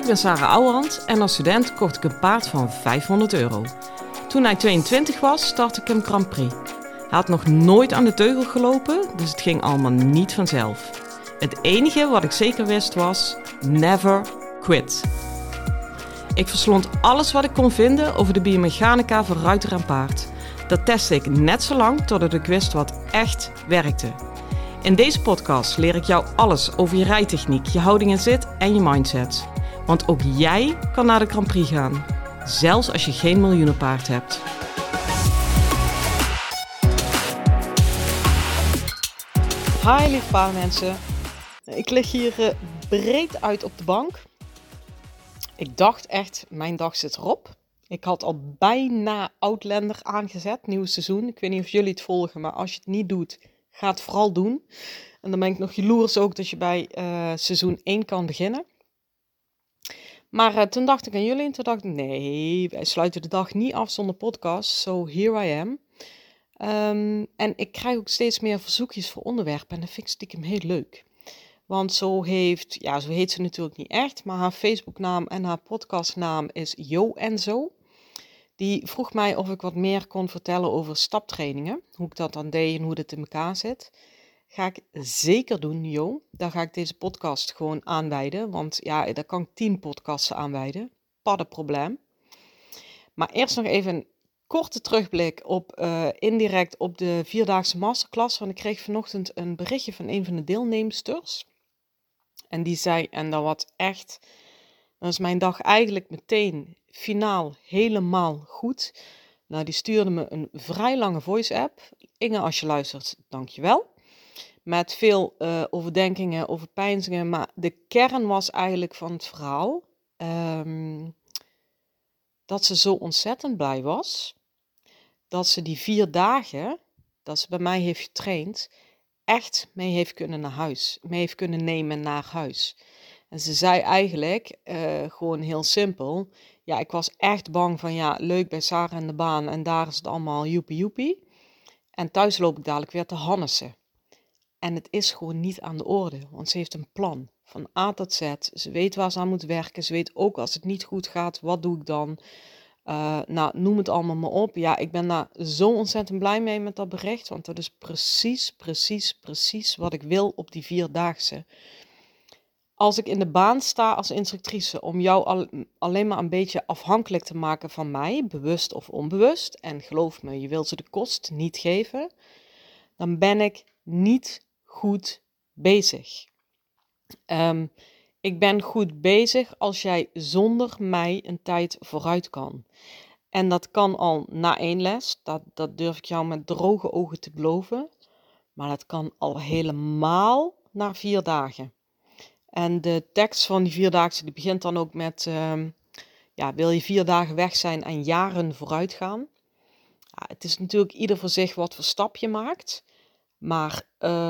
ben Sarah Ouwehand en als student kocht ik een paard van €500. Toen hij 22 was, startte ik hem Grand Prix. Hij had nog nooit aan de teugel gelopen, dus het ging allemaal niet vanzelf. Het enige wat ik zeker wist was, never quit. Ik verslond alles wat ik kon vinden over de biomechanica van ruiter en paard. Dat testte ik net zo lang totdat ik wist wat echt werkte. In deze podcast leer ik jou alles over je rijtechniek, je houding en zit en je mindset. Want ook jij kan naar de Grand Prix gaan, zelfs als je geen miljoenenpaard hebt. Hi lieve paardenmensen. Ik lig hier breed uit op de bank. Ik dacht echt, mijn dag zit erop. Ik had al bijna Outlander aangezet, nieuw seizoen. Ik weet niet of jullie het volgen, maar als je het niet doet, ga het vooral doen. En dan ben ik nog jaloers ook dat je bij seizoen 1 kan beginnen. Maar toen dacht ik aan jullie en toen dacht ik, nee, wij sluiten de dag niet af zonder podcast. So here I am. En ik krijg ook steeds meer verzoekjes voor onderwerpen en dat vind ik stiekem heel leuk. Want zo heet ze natuurlijk niet echt, maar haar Facebooknaam en haar podcastnaam is Jo en Zo. Die vroeg mij of ik wat meer kon vertellen over staptrainingen, hoe ik dat dan deed en hoe dat in elkaar zit. Ga ik zeker doen, Jo. Daar ga ik deze podcast gewoon aanwijden, want ja, daar kan ik 10 podcasts aanwijden. Paddenprobleem. Maar eerst nog even een korte terugblik op indirect op de 4-daagse masterclass, want ik kreeg vanochtend een berichtje van een van de deelnemsters. En die zei, en dat is mijn dag eigenlijk meteen finaal helemaal goed. Nou, die stuurde me een vrij lange voice-app. Inge, als je luistert, dankjewel. Met veel overdenkingen, overpeinzingen. Maar de kern was eigenlijk van het verhaal dat ze zo ontzettend blij was. Dat ze die 4 dagen, dat ze bij mij heeft getraind, echt mee heeft kunnen nemen naar huis. En ze zei eigenlijk, gewoon heel simpel, ja, ik was echt bang van, ja, leuk bij Sarah en de baan en daar is het allemaal joepie. En thuis loop ik dadelijk weer te Hannessen. En het is gewoon niet aan de orde, want ze heeft een plan van A tot Z. Ze weet waar ze aan moet werken, ze weet ook als het niet goed gaat, wat doe ik dan? Noem het allemaal maar op. Ja, ik ben daar zo ontzettend blij mee met dat bericht, want dat is precies wat ik wil op die 4-daagse. Als ik in de baan sta als instructrice om jou alleen maar een beetje afhankelijk te maken van mij, bewust of onbewust, en geloof me, je wilt ze de kost niet geven, dan ben ik niet goed bezig. Ik ben goed bezig als jij zonder mij een tijd vooruit kan. En dat kan al na 1 les, dat durf ik jou met droge ogen te beloven. Maar dat kan al helemaal na 4 dagen. En de tekst van die 4-daagse die begint dan ook met, wil je 4 dagen weg zijn en jaren vooruit gaan? Ja, het is natuurlijk ieder voor zich wat voor stap je maakt. Maar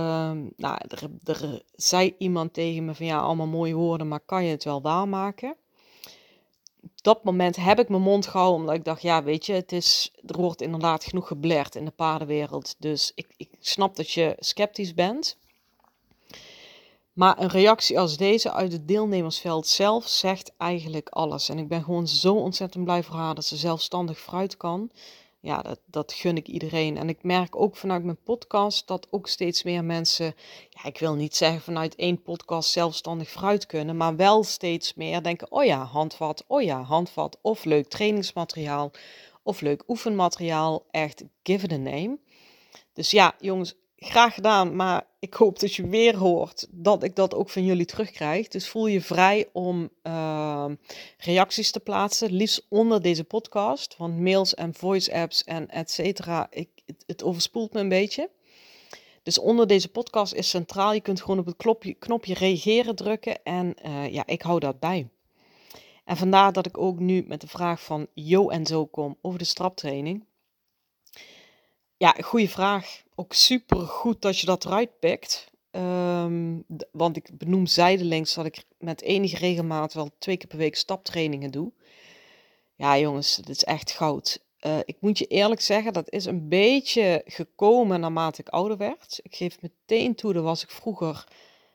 er zei iemand tegen me van ja, allemaal mooie woorden, maar kan je het wel waarmaken? Op dat moment heb ik mijn mond gehouden, omdat ik dacht, ja, weet je, er wordt inderdaad genoeg geblerd in de paardenwereld. Dus ik snap dat je sceptisch bent. Maar een reactie als deze uit het deelnemersveld zelf zegt eigenlijk alles. En ik ben gewoon zo ontzettend blij voor haar dat ze zelfstandig vooruit kan. Ja, dat gun ik iedereen. En ik merk ook vanuit mijn podcast dat ook steeds meer mensen, ja, ik wil niet zeggen vanuit 1 podcast zelfstandig vooruit kunnen, maar wel steeds meer denken, oh ja, handvat, of leuk trainingsmateriaal, of leuk oefenmateriaal, echt give it a name. Dus ja, jongens, graag gedaan, maar ik hoop dat je weer hoort dat ik dat ook van jullie terugkrijg. Dus voel je vrij om reacties te plaatsen, liefst onder deze podcast. Want mails en voice apps en et cetera, het overspoelt me een beetje. Dus onder deze podcast is centraal, je kunt gewoon op het knopje reageren drukken en ik hou dat bij. En vandaar dat ik ook nu met de vraag van Jo en Zo kom over de straptraining. Ja, goede vraag. Ook super goed dat je dat eruit pikt. Want ik benoem zijdelings dat ik met enige regelmaat wel 2 keer per week staptrainingen doe. Ja, jongens, dit is echt goud. Ik moet je eerlijk zeggen, dat is een beetje gekomen naarmate ik ouder werd. Ik geef meteen toe, dat was ik vroeger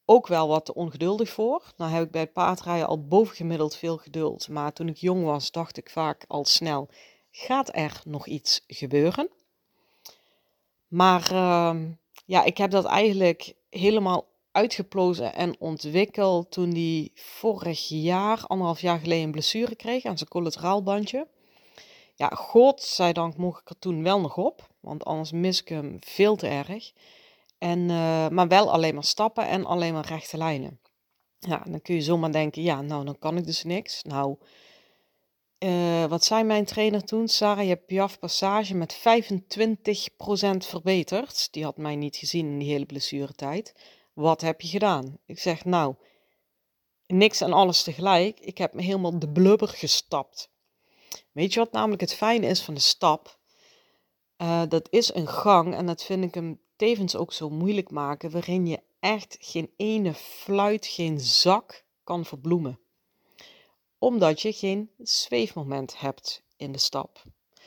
ook wel wat te ongeduldig voor. Nou heb ik bij het paardrijden al bovengemiddeld veel geduld. Maar toen ik jong was, dacht ik vaak al snel, gaat er nog iets gebeuren? Maar ja, ik heb dat eigenlijk helemaal uitgeplozen en ontwikkeld toen die vorig jaar, 1,5 jaar geleden, een blessure kreeg aan zijn collateraalbandje. Ja, godzijdank mocht ik er toen wel nog op, want anders mis ik hem veel te erg. Maar wel alleen maar stappen en alleen maar rechte lijnen. Ja, dan kun je zomaar denken, ja, nou, dan kan ik dus niks. Nou, wat zei mijn trainer toen? Sarah, je hebt Piaf Passage met 25% verbeterd. Die had mij niet gezien in die hele blessuretijd. Wat heb je gedaan? Ik zeg, nou, niks en alles tegelijk. Ik heb me helemaal de blubber gestapt. Weet je wat namelijk het fijne is van de stap? Dat is een gang en dat vind ik hem tevens ook zo moeilijk maken, waarin je echt geen ene fluit, geen zak kan verbloemen. Omdat je geen zweefmoment hebt in de stap.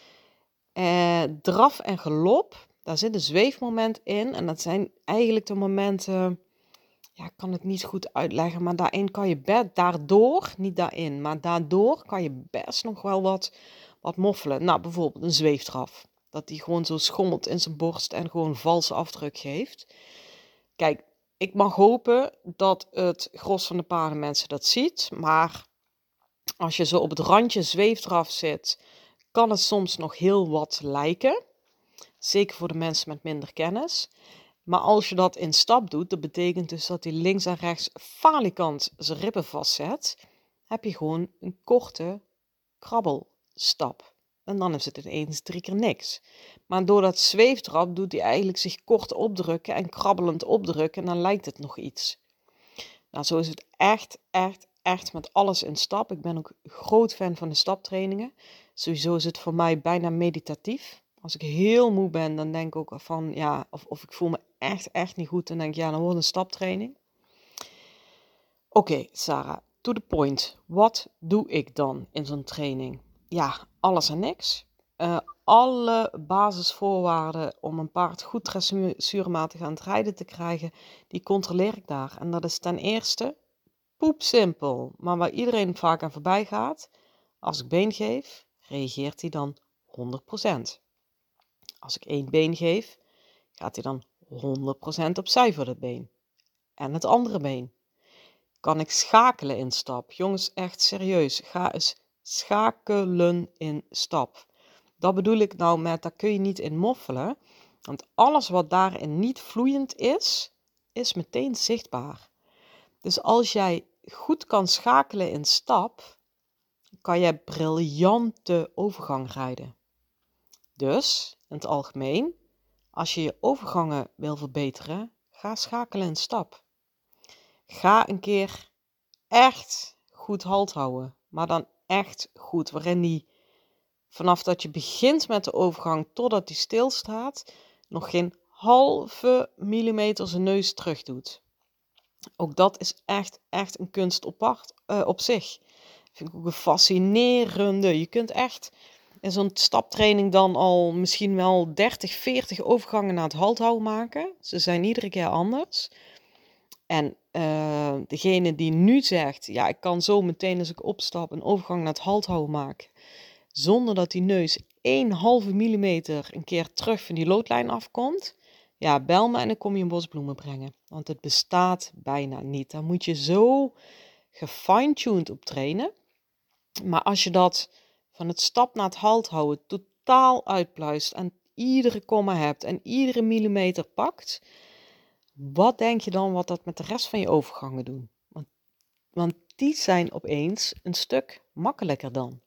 Draf en galop, daar zit een zweefmoment in. En dat zijn eigenlijk de momenten, ja, ik kan het niet goed uitleggen, maar daardoor, niet daarin, maar daardoor kan je best nog wel wat moffelen. Nou, bijvoorbeeld een zweefdraf. Dat die gewoon zo schommelt in zijn borst en gewoon valse afdruk geeft. Kijk, ik mag hopen dat het gros van de paardenmensen dat ziet. Maar als je zo op het randje zweefdraf zit, kan het soms nog heel wat lijken. Zeker voor de mensen met minder kennis. Maar als je dat in stap doet, dat betekent dus dat hij links en rechts falikant zijn ribben vastzet. Heb je gewoon een korte krabbelstap. En dan is het ineens 3 keer niks. Maar door dat zweeftrap doet hij eigenlijk zich kort opdrukken en krabbelend opdrukken. En dan lijkt het nog iets. Nou, zo is het echt met alles in stap. Ik ben ook groot fan van de staptrainingen. Sowieso is het voor mij bijna meditatief. Als ik heel moe ben, dan denk ik ook van, ja, of ik voel me echt niet goed. Dan denk ik, ja, dan wordt een staptraining. Oké, Sarah, to the point. Wat doe ik dan in zo'n training? Ja, alles en niks. Alle basisvoorwaarden om een paard goed dressuurmatig aan het rijden te krijgen, die controleer ik daar. En dat is ten eerste poepsimpel, maar waar iedereen vaak aan voorbij gaat. Als ik been geef, reageert hij dan 100%. Als ik 1 been geef, gaat hij dan 100% opzij voor dat been. En het andere been. Kan ik schakelen in stap? Jongens, echt serieus. Ga eens schakelen in stap. Dat bedoel ik nou met, daar kun je niet in moffelen. Want alles wat daarin niet vloeiend is meteen zichtbaar. Dus als jij goed kan schakelen in stap, kan jij briljante overgang rijden. Dus, in het algemeen, als je je overgangen wil verbeteren, ga schakelen in stap. Ga een keer echt goed halt houden, maar dan echt goed, waarin die vanaf dat je begint met de overgang totdat die stilstaat, nog geen halve millimeter zijn neus terug doet. Ook dat is echt een kunst op zich. Vind ik ook een fascinerende. Je kunt echt in zo'n staptraining dan al misschien wel 30, 40 overgangen naar het halthouden maken. Ze zijn iedere keer anders. En degene die nu zegt, ja, ik kan zo meteen als ik opstap een overgang naar het halthouden maken, zonder dat die neus 1,5 millimeter een keer terug van die loodlijn afkomt, ja, bel me en dan kom je een bos bloemen brengen. Want het bestaat bijna niet. Daar moet je zo gefine-tuned op trainen. Maar als je dat van het stap naar het halt houden totaal uitpluist en iedere komma hebt en iedere millimeter pakt, wat denk je dan wat dat met de rest van je overgangen doen? Want die zijn opeens een stuk makkelijker dan.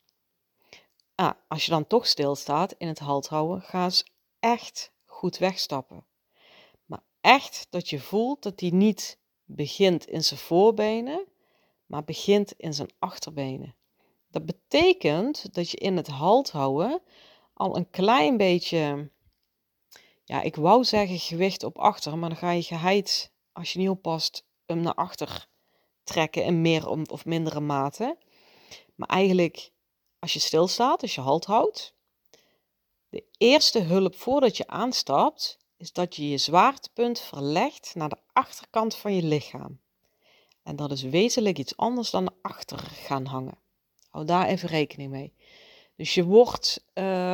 Als je dan toch stilstaat in het halt houden, ga eens echt goed wegstappen. Maar echt dat je voelt dat die niet begint in zijn voorbenen, maar begint in zijn achterbenen. Dat betekent dat je in het halt houden al een klein beetje, ja, ik wou zeggen gewicht op achter, maar dan ga je geheid, als je niet oppast, hem naar achter trekken in meer of mindere mate. Maar eigenlijk, als je stilstaat, als je halt houdt, de eerste hulp voordat je aanstapt, is dat je je zwaartepunt verlegt naar de achterkant van je lichaam. En dat is wezenlijk iets anders dan naar achter gaan hangen. Hou daar even rekening mee. Dus je wordt,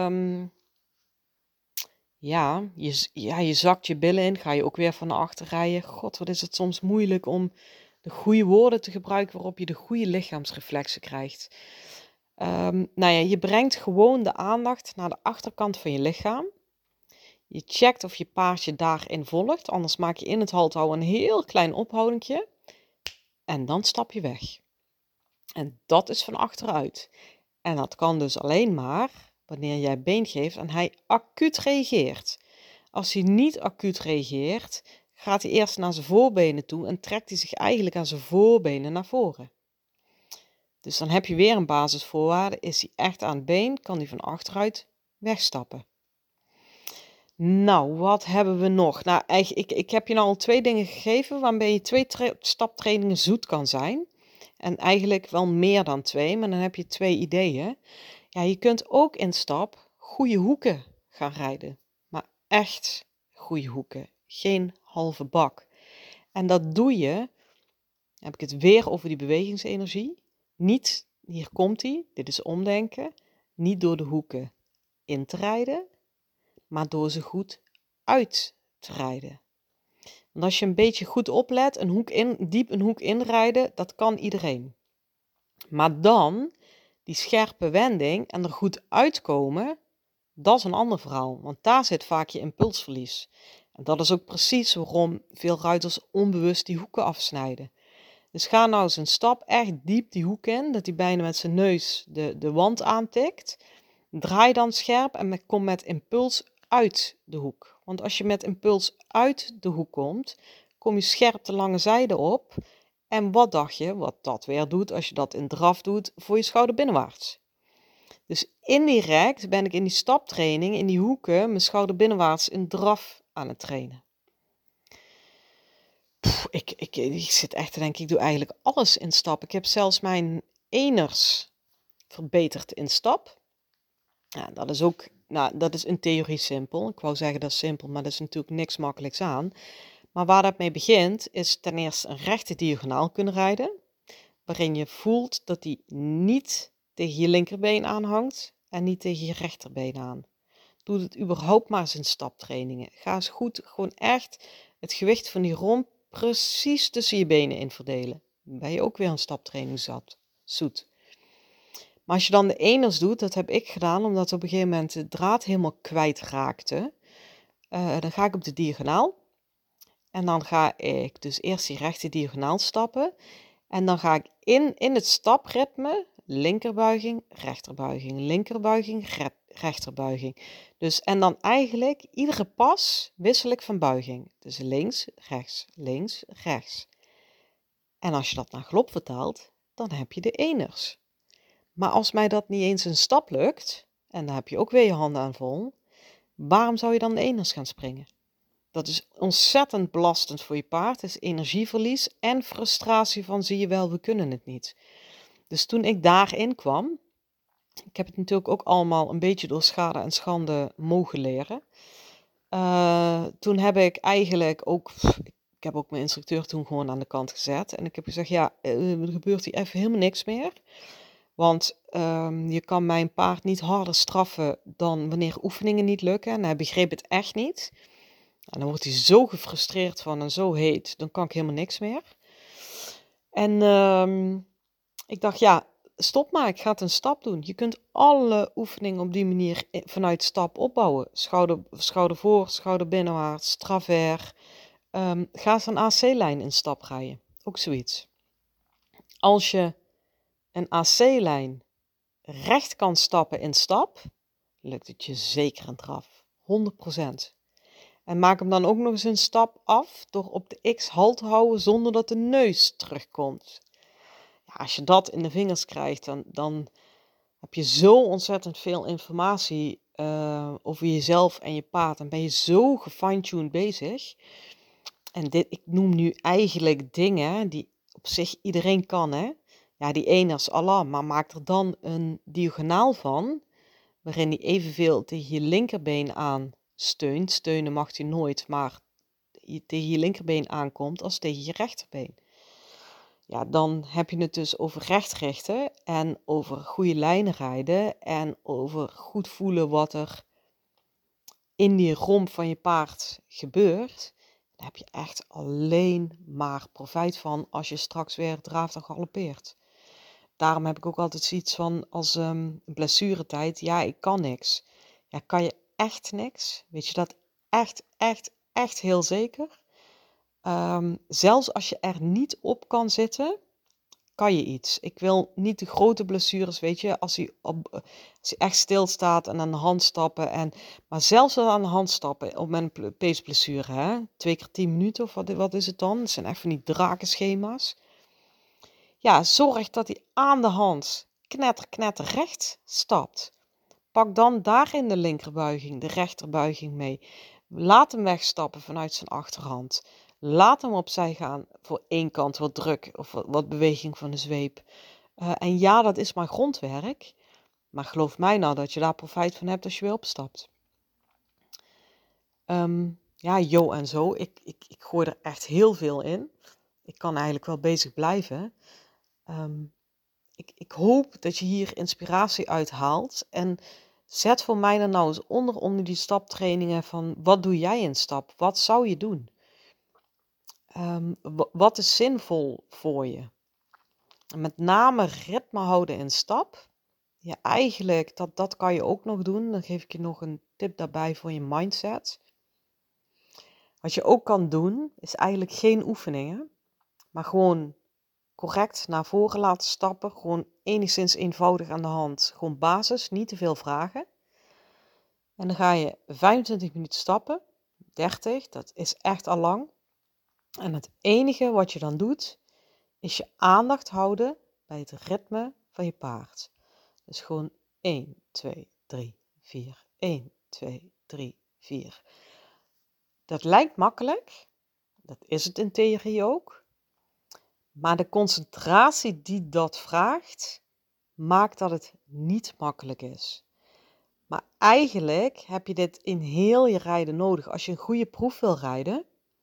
je zakt je billen in, ga je ook weer van naar achter rijden. God, wat is het soms moeilijk om de goede woorden te gebruiken waarop je de goede lichaamsreflexen krijgt. Je brengt gewoon de aandacht naar de achterkant van je lichaam. Je checkt of je paard je daarin volgt, anders maak je in het halthouden een heel klein ophoudingje. En dan stap je weg. En dat is van achteruit. En dat kan dus alleen maar wanneer jij been geeft en hij acuut reageert. Als hij niet acuut reageert, gaat hij eerst naar zijn voorbenen toe en trekt hij zich eigenlijk aan zijn voorbenen naar voren. Dus dan heb je weer een basisvoorwaarde. Is hij echt aan het been, kan hij van achteruit wegstappen. Nou, wat hebben we nog? Nou, ik heb je nou al 2 dingen gegeven waarmee je 2 staptrainingen zoet kan zijn. En eigenlijk wel meer dan 2, maar dan heb je 2 ideeën. Ja, je kunt ook in stap goede hoeken gaan rijden. Maar echt goede hoeken. Geen halve bak. En dat doe je, heb ik het weer over die bewegingsenergie. Niet, hier komt ie, dit is omdenken. Niet door de hoeken in te rijden, maar door ze goed uit te rijden. Want als je een beetje goed oplet, diep een hoek inrijden, dat kan iedereen. Maar dan, die scherpe wending en er goed uitkomen, dat is een ander verhaal. Want daar zit vaak je impulsverlies. En dat is ook precies waarom veel ruiters onbewust die hoeken afsnijden. Dus ga nou eens een stap echt diep die hoek in, dat hij bijna met zijn neus de wand aantikt. Draai dan scherp en kom met impuls uit de hoek. Want als je met impuls uit de hoek komt, kom je scherp de lange zijde op. En wat dacht je, wat dat weer doet als je dat in draf doet, voor je schouder binnenwaarts. Dus indirect ben ik in die staptraining, in die hoeken, mijn schouder binnenwaarts in draf aan het trainen. Ik zit echt te denken, ik doe eigenlijk alles in stap. Ik heb zelfs mijn eners verbeterd in stap. Ja, dat is ook, dat is in theorie simpel. Ik wou zeggen dat is simpel, maar dat is natuurlijk niks makkelijks aan. Maar waar dat mee begint, is ten eerste een rechte diagonaal kunnen rijden. Waarin je voelt dat die niet tegen je linkerbeen aanhangt en niet tegen je rechterbeen aan. Doe het überhaupt maar eens in staptrainingen. Ga eens goed, gewoon echt het gewicht van die romp precies tussen je benen in verdelen. Dan ben je ook weer een staptraining zoet. Maar als je dan de eners doet, dat heb ik gedaan, omdat op een gegeven moment de draad helemaal kwijt raakte. Dan ga ik op de diagonaal. En dan ga ik dus eerst die rechte diagonaal stappen. En dan ga ik in het stapritme linkerbuiging, rechterbbuiging, rechterbuiging. Dus en dan eigenlijk iedere pas wissel ik van buiging. Dus links, rechts. En als je dat naar galop vertaalt, dan heb je de eners. Maar als mij dat niet eens een stap lukt, en daar heb je ook weer je handen aan vol, waarom zou je dan de eners gaan springen? Dat is ontzettend belastend voor je paard. Het is energieverlies en frustratie van zie je wel, we kunnen het niet. Dus toen ik daarin kwam, ik heb het natuurlijk ook allemaal een beetje door schade en schande mogen leren. Toen heb ik eigenlijk ook, ik heb ook mijn instructeur toen gewoon aan de kant gezet. En ik heb gezegd, ja, er gebeurt hier even helemaal niks meer. Want je kan mijn paard niet harder straffen dan wanneer oefeningen niet lukken. En hij begreep het echt niet. En dan wordt hij zo gefrustreerd van en zo heet, dan kan ik helemaal niks meer. En ik dacht, ja, stop maar, ik ga het een stap doen. Je kunt alle oefeningen op die manier vanuit stap opbouwen. Schouder voor, schouder binnenwaarts, travers. Ga eens een AC-lijn in stap rijden. Ook zoiets. Als je een AC-lijn recht kan stappen in stap, lukt het je zeker een draf. 100%. En maak hem dan ook nog eens een stap af door op de X halt te houden zonder dat de neus terugkomt. Ja, als je dat in de vingers krijgt, dan heb je zo ontzettend veel informatie over jezelf en je paard. En ben je zo gefine-tuned bezig. En ik noem nu eigenlijk dingen die op zich iedereen kan, hè. Ja, die eners, Allah, maar maak er dan een diagonaal van, waarin die evenveel tegen je linkerbeen aan steunt. Steunen mag hij nooit, maar tegen je linkerbeen aankomt als tegen je rechterbeen. Ja, dan heb je het dus over recht richten en over goede lijnen rijden en over goed voelen wat er in die romp van je paard gebeurt. Daar heb je echt alleen maar profijt van als je straks weer draaft en galoppeert. Daarom heb ik ook altijd zoiets van als blessuretijd, ja, ik kan niks. Ja, kan je echt niks? Weet je dat echt heel zeker? Zelfs als je er niet op kan zitten, kan je iets. Ik wil niet de grote blessures, weet je, als hij echt stilstaat en aan de hand stappen. Maar zelfs al aan de hand stappen op mijn peesblessure, hè, 2 keer 10 minuten of wat is het dan? Het zijn echt van die drakenschema's. Ja, zorg dat hij aan de hand knetter recht stapt. Pak dan daarin de linkerbuiging, de rechterbuiging mee. Laat hem wegstappen vanuit zijn achterhand. Laat hem opzij gaan voor één kant wat druk of wat beweging van de zweep. En ja, dat is maar grondwerk. Maar geloof mij nou dat je daar profijt van hebt als je weer opstapt. Ja, jo en zo. Ik gooi er echt heel veel in. Ik kan eigenlijk wel bezig blijven. Ik hoop dat je hier inspiratie uit haalt. En zet voor mij dan nou eens onder die staptrainingen van wat doe jij in stap? Wat zou je doen? Wat is zinvol voor je? Met name ritme houden in stap. Ja, eigenlijk, dat kan je ook nog doen. Dan geef ik je nog een tip daarbij voor je mindset. Wat je ook kan doen, is eigenlijk geen oefeningen. Maar gewoon correct naar voren laten stappen. Gewoon enigszins eenvoudig aan de hand. Gewoon basis, niet te veel vragen. En dan ga je 25 minuten stappen. 30, dat is echt al lang. En het enige wat je dan doet, is je aandacht houden bij het ritme van je paard. Dus gewoon 1, 2, 3, 4. 1, 2, 3, 4. Dat lijkt makkelijk. Dat is het in theorie ook. Maar de concentratie die dat vraagt, maakt dat het niet makkelijk is. Maar eigenlijk heb je dit in heel je rijden nodig. Als je een goede proef wil rijden,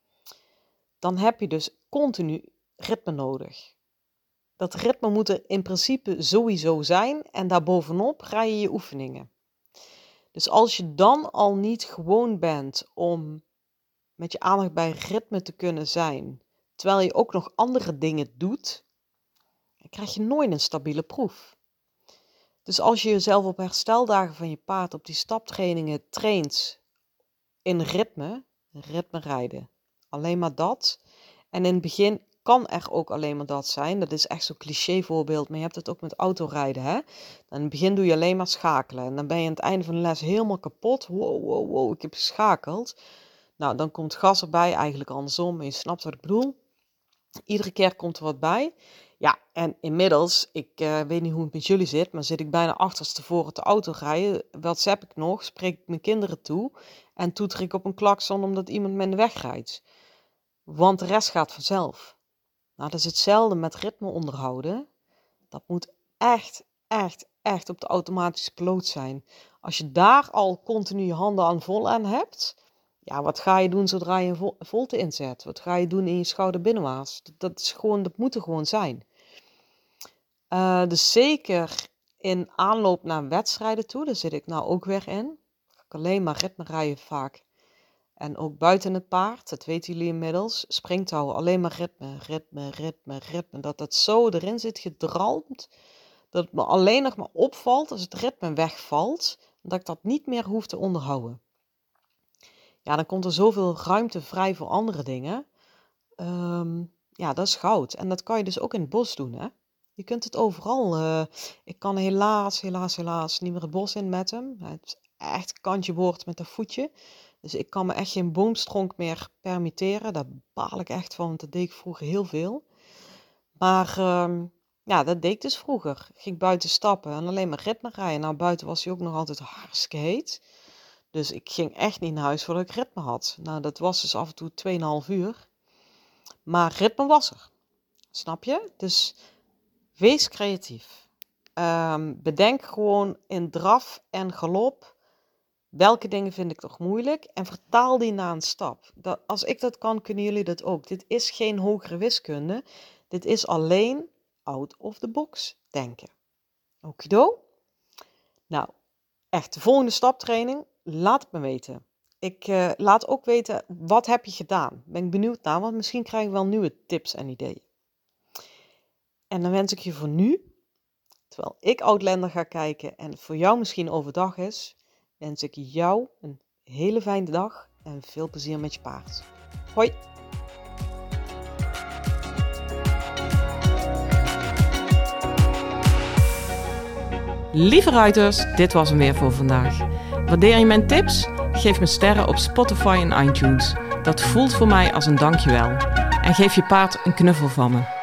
dan heb je dus continu ritme nodig. Dat ritme moet er in principe sowieso zijn en daarbovenop rij je je oefeningen. Dus als je dan al niet gewoon bent om met je aandacht bij ritme te kunnen zijn, terwijl je ook nog andere dingen doet, dan krijg je nooit een stabiele proef. Dus als je jezelf op hersteldagen van je paard op die staptrainingen traint in ritme rijden, alleen maar dat. En in het begin kan er ook alleen maar dat zijn. Dat is echt zo'n cliché voorbeeld, maar je hebt het ook met autorijden. Hè? In het begin doe je alleen maar schakelen. En dan ben je aan het einde van de les helemaal kapot. Wow, ik heb geschakeld. Nou, dan komt gas erbij, eigenlijk andersom. Je snapt wat ik bedoel. Iedere keer komt er wat bij. Ja, en inmiddels, ik weet niet hoe het met jullie zit, maar zit ik bijna achterstevoren te auto rijden. WhatsApp ik nog, spreek ik mijn kinderen toe en toeter ik op een klakson omdat iemand me in de weg rijdt. Want de rest gaat vanzelf. Nou, dat is hetzelfde met ritme onderhouden. Dat moet echt op de automatische piloot zijn. Als je daar al continu je handen aan vol aan hebt, ja, wat ga je doen zodra je een volte inzet? Wat ga je doen in je schouderbinnenwaarts? Dat is gewoon, dat moet er gewoon zijn. Dus zeker in aanloop naar wedstrijden toe, daar zit ik nou ook weer in. Ik alleen maar ritme rijden vaak. En ook buiten het paard, dat weten jullie inmiddels, springtouwen, alleen maar ritme. Dat zo erin zit gedrald, dat het me alleen nog maar opvalt als het ritme wegvalt, dat ik dat niet meer hoef te onderhouden. Ja, dan komt er zoveel ruimte vrij voor andere dingen. Ja, dat is goud. En dat kan je dus ook in het bos doen, hè. Je kunt het overal. Ik kan helaas niet meer het bos in met hem. Het is echt kantje boord met een voetje. Dus ik kan me echt geen boomstronk meer permitteren. Daar baal ik echt van, want dat deed ik vroeger heel veel. Maar ja, dat deed ik dus vroeger. Ik ging buiten stappen en alleen maar ritme rijden. Nou, buiten was hij ook nog altijd hartstikke heet. Dus ik ging echt niet naar huis voordat ik ritme had. Nou, dat was dus af en toe 2,5 uur. Maar ritme was er. Snap je? Dus wees creatief. Bedenk gewoon in draf en galop Welke dingen vind ik toch moeilijk? En vertaal die naar een stap. Als ik dat kan, kunnen jullie dat ook. Dit is geen hogere wiskunde. Dit is alleen out of the box denken. Okido? Nou, echt de volgende staptraining, laat het me weten. Ik laat ook weten, wat heb je gedaan? Ben ik benieuwd naar, want misschien krijg ik wel nieuwe tips en ideeën. En dan wens ik je voor nu, terwijl ik Outlander ga kijken en het voor jou misschien overdag is, wens ik jou een hele fijne dag en veel plezier met je paard. Hoi! Lieve ruiters, dit was hem weer voor vandaag. Waardeer je mijn tips? Geef me sterren op Spotify en iTunes. Dat voelt voor mij als een dankjewel. En geef je paard een knuffel van me.